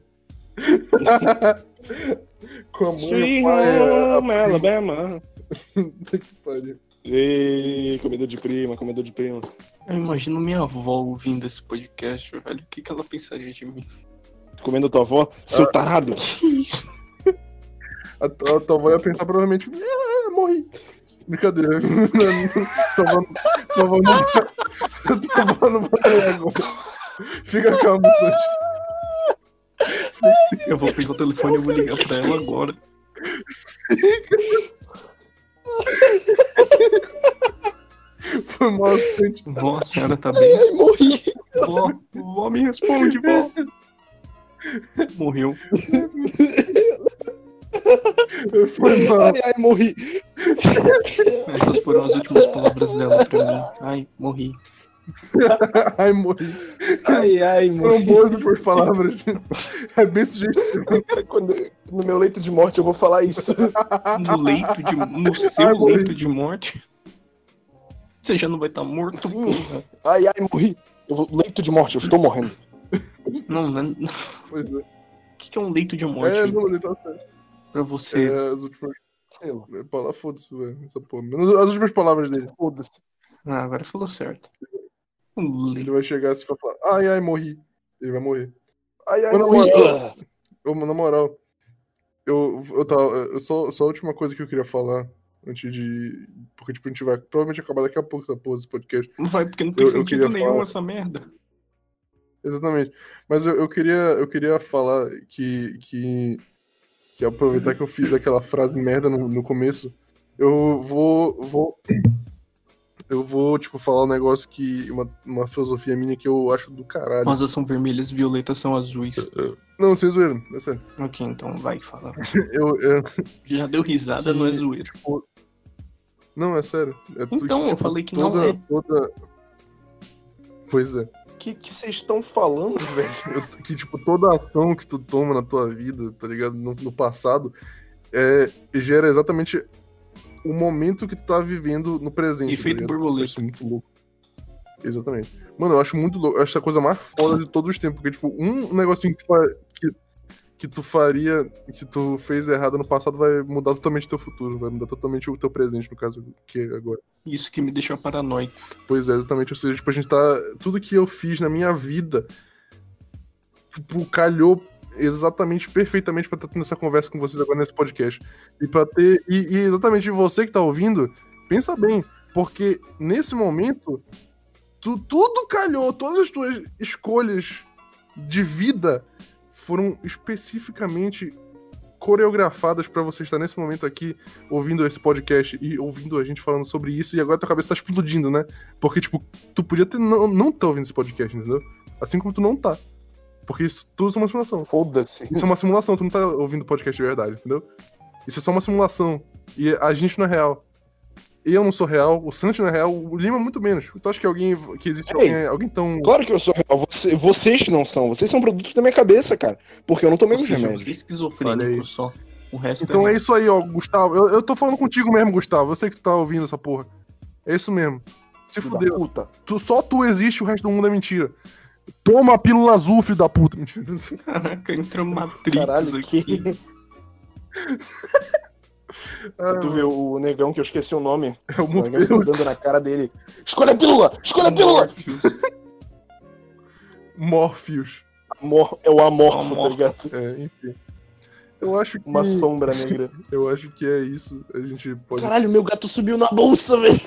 Com a mãe, Sweet o pai, a... home, Alabama. Puta que pariu. Ei, comedor de prima, comedor de prima. Eu imagino minha avó ouvindo esse podcast, velho. O que, que ela pensaria de mim? Comendo tua avó, seu tarado. A, tua- a tua avó ia pensar provavelmente, ah, morri. Brincadeira. Tua avó tua avó não vai- tua avó não vai morrer agora. Fica calmo, Santi. Eu vou pegar o telefone e vou ligar pra ela agora. Foi mal, Santi. Vó, a senhora tá bem? Ai, morri. Vó, vó, me responde, vó. Morreu. Foi mal. Ai, ai, morri. Essas foram as últimas palavras dela pra mim. Ai, morri. Ai, morri. Ai, ai, Foram morri. boas depois palavras. É bem sugestivo. Cara, quando, no meu leito de morte eu vou falar isso. No leito de. No seu Ai, morri. leito de morte. Você já não vai estar morto, Sim. porra. Ai, ai, morri. Eu vou, leito de morte, eu estou morrendo. Não, não. O Pois é. que, que é um leito de morte É, não, ele tá certo. pra você? É, as últimas. Sei lá. é, pala- Foda-se, velho. Essa porra. Menos as últimas palavras dele. Foda-se. Ah, agora falou certo. Um Ele leito. vai chegar assim e vai falar: ai, ai, morri. Ele vai morrer. Ai, ai, Mas na morri. moral- Ô, na moral, eu, eu tava. Eu só, só a última coisa que eu queria falar antes de. Porque, tipo, a gente vai provavelmente acabar daqui a pouco essa porra desse podcast. Não vai, porque não tem Eu- eu sentido queria nenhum falar. essa merda. Exatamente. Mas eu, eu queria, eu queria falar que, que, que aproveitar que eu fiz aquela frase merda no, no começo, eu vou, vou, eu vou, tipo, falar um negócio que, uma, uma filosofia minha que eu acho do caralho. Rosas são vermelhas, violetas são azuis. Não, sem zoeira, é sério. Ok, então vai falar. Eu, eu, Já deu risada, Que- não é zoeiro. não, é sério. É tu- Então, eu falei que não toda, é. Toda... Pois é. que que vocês estão falando, velho? Eu- que, tipo, toda ação que tu toma na tua vida, tá ligado? No, no passado, é, gera exatamente o momento que tu tá vivendo no presente. Efeito tá ligado? borboleta. Eu acho muito louco. Exatamente. Mano, eu acho muito louco. Eu acho a coisa mais foda de todos os tempos. Porque, tipo, um negocinho que tu, fa- que, que tu faria, que tu fez errado no passado, vai mudar totalmente teu futuro. Vai mudar totalmente o teu presente, no caso, que é agora. Isso que me deixa paranoico. Pois é, exatamente. Ou seja, tipo, a gente tá. Tudo que eu fiz na minha vida, tipo, calhou exatamente, perfeitamente pra estar tendo essa conversa com vocês agora nesse podcast. E pra ter. E, e exatamente você que tá ouvindo, pensa bem, porque nesse momento, tu, tudo calhou, todas as tuas escolhas de vida foram especificamente coreografadas pra você estar nesse momento aqui ouvindo esse podcast e ouvindo a gente falando sobre isso, e agora tua cabeça tá explodindo, né? Porque, tipo, tu podia ter não, não tá ouvindo esse podcast, entendeu? Assim como tu não tá. Porque isso tudo é uma simulação. Foda-se. Isso é uma simulação, tu não tá ouvindo podcast de verdade, entendeu? Isso é só uma simulação. E a gente não é real. Eu não sou real, o Santi não é real, o Lima muito menos. Tu acha que alguém. Que existe Ei, alguém, alguém tão. Claro que eu sou real. Você- vocês que não são. Vocês são produtos da minha cabeça, cara. Porque eu não tomei Ou os seja, remédios. você é Olha aí. esquizofrênico só. O resto Então é... é isso aí, ó, Gustavo. Eu, eu tô falando contigo mesmo, Gustavo. Eu sei que tu tá ouvindo essa porra. É isso mesmo. Se Filho da fudeu. puta. Tu, só tu existe, o resto do mundo é mentira. Toma a pílula azul, filho da puta. Mentira. Caraca, entrou Matrix Caralho, aqui. que... Ah, Tu vê o negão que eu esqueci o nome. é o O negão Morpheus. dando na cara dele. Escolha a pílula! Escolha a pílula! Morpheus. Amor, é o amorfo, Amorfo. tá ligado? É, enfim. Eu acho que. Uma sombra negra. Eu acho que é isso. A gente pode. Caralho, meu gato subiu na bolsa, velho.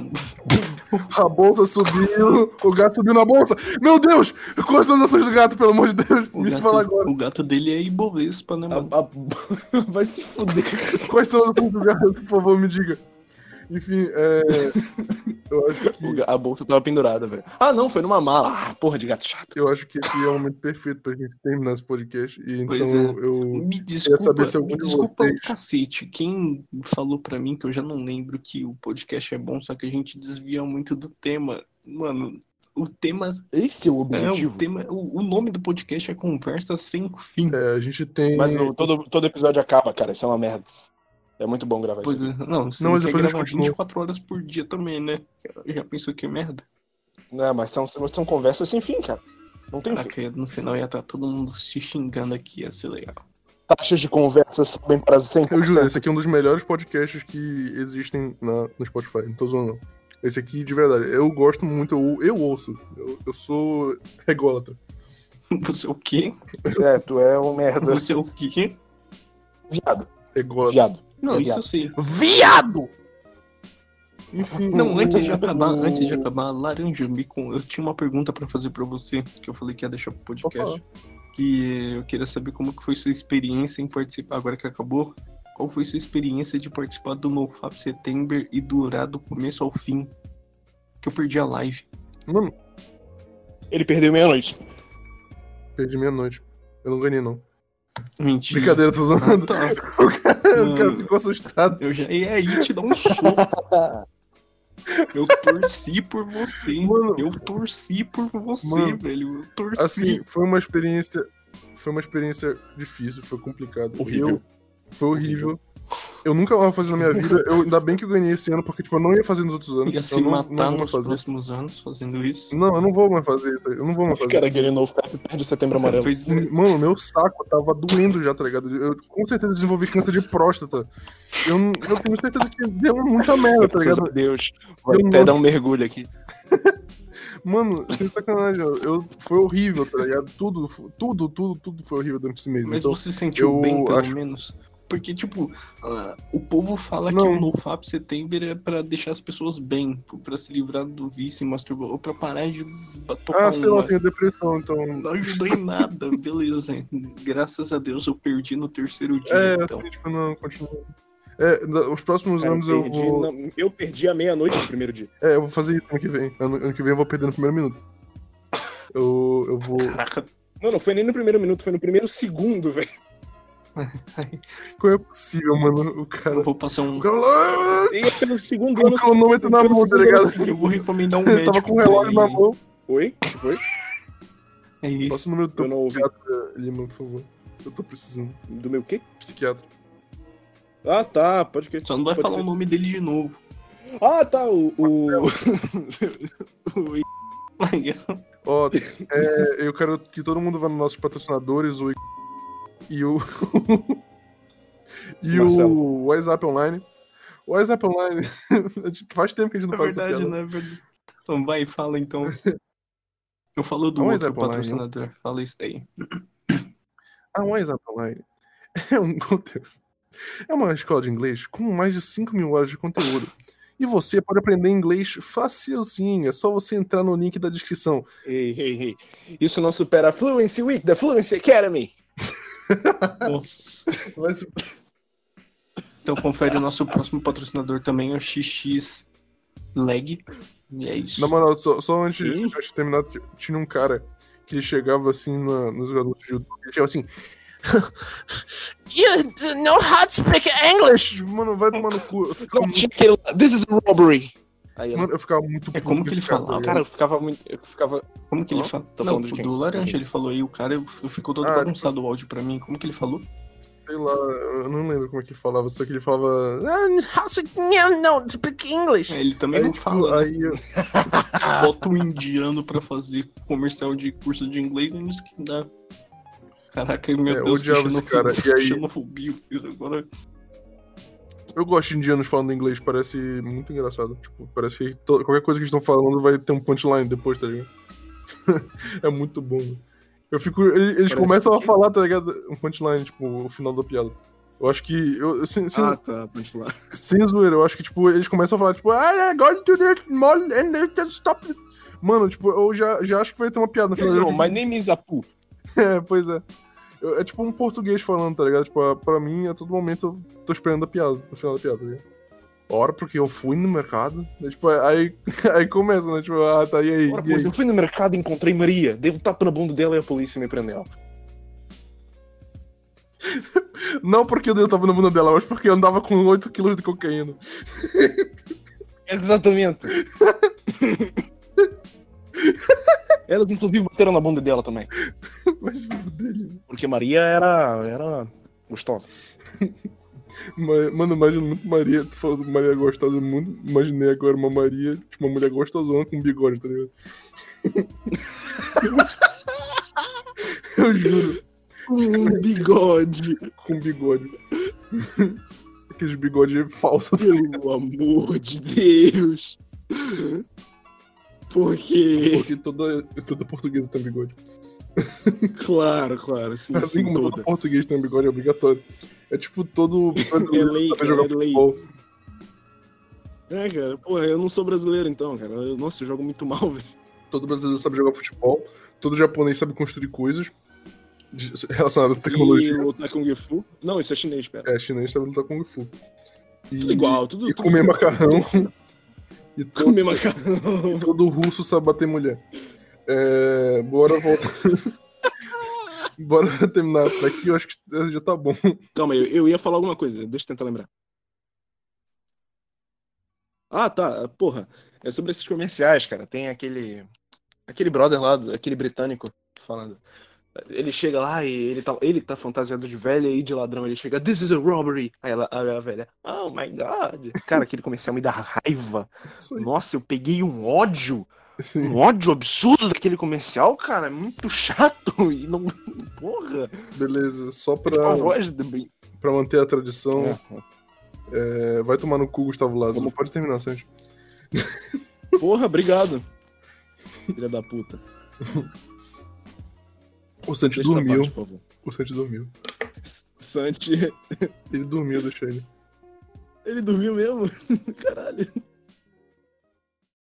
A bolsa subiu, o gato subiu na bolsa. Meu Deus! Quais são as ações do gato, pelo amor de Deus? O Me gato, fala agora. o gato dele é Ibovespa, né, A- mano? a- Vai se fuder. Quais são as ações do gato, por favor, me diga. Enfim, é. Eu acho O que. ga- A bolsa tava pendurada, velho. Ah, não, foi numa mala. Ah, porra de gato chato. Eu acho que esse é o momento perfeito pra gente terminar esse podcast. E então Pois é. eu. Me desculpa, saber se me algum de desculpa vocês- o cacete. Quem falou pra mim, que eu já não lembro, que o podcast é bom, só que a gente desvia muito do tema. Mano, o tema... Esse é o É, objetivo. o, tema o, o nome do podcast é Conversa Sem Fim. É, a gente tem. Mas o- todo, todo episódio acaba, cara. Isso é uma merda. É muito bom gravar Pois isso. é, não, você Não, não mas quer depois a gente gravar continua. vinte e quatro horas por dia também, né? Já pensou que merda? Não, mas são, são conversas sem fim, cara. Não tem fim. Caraca, no final ia estar todo mundo se xingando aqui, ia ser legal. Taxas de conversa sobem para cem por Eu cento. juro, esse aqui é um dos melhores podcasts que existem na, no Spotify. Não tô zoando, não. Esse aqui, de verdade, eu gosto muito, eu, eu ouço. Eu, eu sou rególatra. Você é o quê? É, tu é um merda. Você é o quê? Viado. Rególatra. Viado. Não, isso Viado. eu sei. Viado! Enfim. Não, o- antes de acabar, o- antes de acabar, Laranja, me con- eu tinha uma pergunta pra fazer pra você, que eu falei que ia deixar pro podcast. Que eu queria saber como que foi sua experiência em participar, agora que acabou. Qual foi sua experiência de participar do NoFap September e durar do começo ao fim? Que eu perdi a live. Mano, Ele perdeu meia-noite. perdi meia-noite. Eu não ganhei, não. Mentira. Brincadeira, tô Ah, zoando. tá. O cara, o cara Mano. ficou assustado. Eu já ia aí te dar um soco. Eu torci por você. Mano. Eu torci por você, Mano. velho. Eu torci. Assim, foi uma experiência. Foi uma experiência difícil, foi complicado. Horrível. Eu- foi horrível. Eu nunca vou fazer na minha vida. Eu, ainda bem que eu ganhei esse ano, porque tipo, eu não ia fazer nos outros anos. Ia eu se não, matar não vou mais nos fazer. próximos anos fazendo isso. Não, eu não vou mais fazer isso aí. Eu não vou mais Os fazer. caras querem novo F perde o setembro amarelo. Pois é. Mano, meu saco tava doendo já, tá ligado? Eu com certeza desenvolvi câncer de próstata. Eu, não- eu tenho certeza que deu muita merda, tá Graças ligado? a Deus. Vai Eu até não- dar um mergulho aqui. Mano, sem sacanagem, eu, eu- foi horrível, tá ligado? Tudo, tudo, tudo, tudo foi horrível durante esse mês. Mas então, você sentiu eu bem, pelo acho- menos? Porque, tipo, ah, o povo fala Não. que o NoFap September é pra deixar as pessoas bem, pra se livrar do vício e masturbar, ou pra parar de ba- tocar ah, sei lá, uma. eu tenho depressão, então. Não ajudou em nada, beleza. Graças a Deus eu perdi no terceiro dia, É, então. assim, tipo, não, continua. É, da- os próximos Cara, anos eu, eu perdi, vou. não, eu perdi a meia-noite no primeiro dia. É, eu vou fazer isso ano que vem. Ano, ano que vem eu vou perder no primeiro minuto. Eu, eu vou. Caraca, Não, não foi nem no primeiro minuto, foi no primeiro segundo, velho. Como é possível, mano? O cara. eu vou passar um. O cara lá. E é pelo segundo Com ano. o cronômetro na pelo mão, tá segundo ano ligado? seguinte. Eu vou recomendar um Ele médico. tava com o pra relógio ele na aí. mão. Oi? O que foi? É isso. Passa o número do teu Eu não ouvi. psiquiatra, Lima, por favor. Eu tô precisando. Do meu quê? Psiquiatra. Ah, tá, pode que. Só não vai pode falar crer. o nome dele de novo. Ah, tá, o. o... o- Ó, é, eu quero que todo mundo vá nos nossos patrocinadores, o e o e Marcelo. o WhatsApp Online. O WhatsApp Online, a gente- faz tempo que a gente não É faz essa verdade, piada. não é verdade. Então vai, fala então. Eu falo do Ah, um outro exemplo online, patrocinador. Fala isso daí. Ah, o WhatsApp Online é um conteúdo. É uma escola de inglês com mais de cinco mil horas de conteúdo. E você pode aprender inglês facilzinho. É só você entrar no link da descrição. Ei, ei, ei. Isso não supera a Fluency Week da Fluency Academy. Nossa. Mas, Então confere o nosso próximo patrocinador também, é o X X Leg. E é isso. na moral, só, só antes Sim. de terminar, t- tinha um cara que ele chegava assim na- nos adultos de YouTube. Ele chegava assim. You know how to speak English! Mano, vai tomar no cu. Eu ficava Não, muito, tinha aquele lá, This is a robbery. Aí eu, mano, eu ficava muito É puto como com que esse ele cara, falava? tá cara, ligado? eu ficava muito. Eu ficava. Como que ele Hã? fala? Tá Não, falando de quem? do Laranja, Quem? ele falou aí, o cara ficou todo Ah, bagunçado o áudio pra mim. Como que ele falou? Sei lá, eu não lembro como é que ele falava, só que ele falava. "Ah, how to no, no, speak English. É, ele também Aí, não tipo, fala, né? aí eu- Bota um indiano pra fazer comercial de curso de inglês e isso que dá. Caraca, meu É, Deus, que odiava esse cara. xenofobia, E aí- xenofobia eu fiz agora. Eu gosto de indianos falando inglês, parece muito engraçado. Tipo, parece que to- qualquer coisa que eles estão falando vai ter um punchline depois, tá ligado? É muito bom. Eu fico. Eles, eles Parece começam o a quê? falar, tá ligado? Um punchline, tipo, o final da piada. Eu acho que. Eu, sem, sem, Ah, tá, pode lá. sem zoeira, eu acho que, tipo, eles começam a falar, tipo, ah, going to the mall and they can stop it. Mano, tipo, eu já, já acho que vai ter uma piada no final. Eu Não, fico- my name is Apu. É, pois é. Eu- é tipo um português falando, tá ligado? Tipo, a- pra mim, a todo momento eu tô esperando a piada, no final da piada, tá ligado? Ora, porque eu fui no mercado. Daí, tipo, aí, aí começa, né? Tipo, ah, tá, e aí? Ora, E aí? pois, eu fui no mercado e encontrei Maria. Dei um tapa na bunda dela e a polícia me prendeu. Não porque eu tava na bunda dela, mas porque eu andava com oito quilos de cocaína. Exatamente. Elas, inclusive, bateram na bunda dela também. Mas se fuder, né? Porque Maria era, era gostosa. Ma- Mano, imagina muito Maria. Tu falou de Maria gostosa, muito. Imaginei agora uma Maria, tipo, uma mulher gostosona com bigode, tá ligado? Eu juro, Um bigode. com bigode. Aqueles bigode falsos. Pelo amor de Deus. Por quê? Porque toda, toda portuguesa tem bigode. Claro, claro. Sim, Assim sim, como todo toda. português tem bigode, é obrigatório. É tipo todo É brasileiro lei, sabe cara, jogar é lei. futebol. É, cara. Porra, eu não sou brasileiro então, cara. Eu- nossa, eu jogo muito mal, velho. Todo brasileiro sabe jogar futebol. Todo japonês sabe construir coisas de- relacionadas à tecnologia. E lutar Kung Fu. Não, isso é chinês, pera. É, chinês sabe lutar Kung Fu. E, Tudo igual, tudo. E tudo comer tudo- macarrão. E todo, Comer macarrão. todo russo sabe bater mulher. É, bora voltar. Bora terminar por aqui, eu acho que já tá bom. Calma aí, eu, eu ia falar alguma coisa, deixa eu tentar lembrar. Ah, tá, porra. É sobre esses comerciais, cara. Tem aquele. Aquele brother lá, aquele britânico, falando. Ele chega lá e ele tá, ele tá fantasiado de velha e de ladrão. Ele chega, This is a robbery. Aí ela, aí a velha, Oh my god. Cara, aquele comercial me dá raiva. Isso aí. Nossa, eu peguei um ódio. Sim. Um ódio absurdo daquele comercial, cara. É muito chato. E não. Porra. Beleza, só Tipo, a pra, voz do. pra manter a tradição, É. é, vai tomar no cu, Gustavo Lázaro. Vamos- Pode terminar, Sanji. Porra, obrigado. Filha da puta. O Santi Deixa essa dormiu. parte, por favor. O Santi dormiu. Santi. Ele dormiu, deixa ele. Ele dormiu mesmo? Caralho.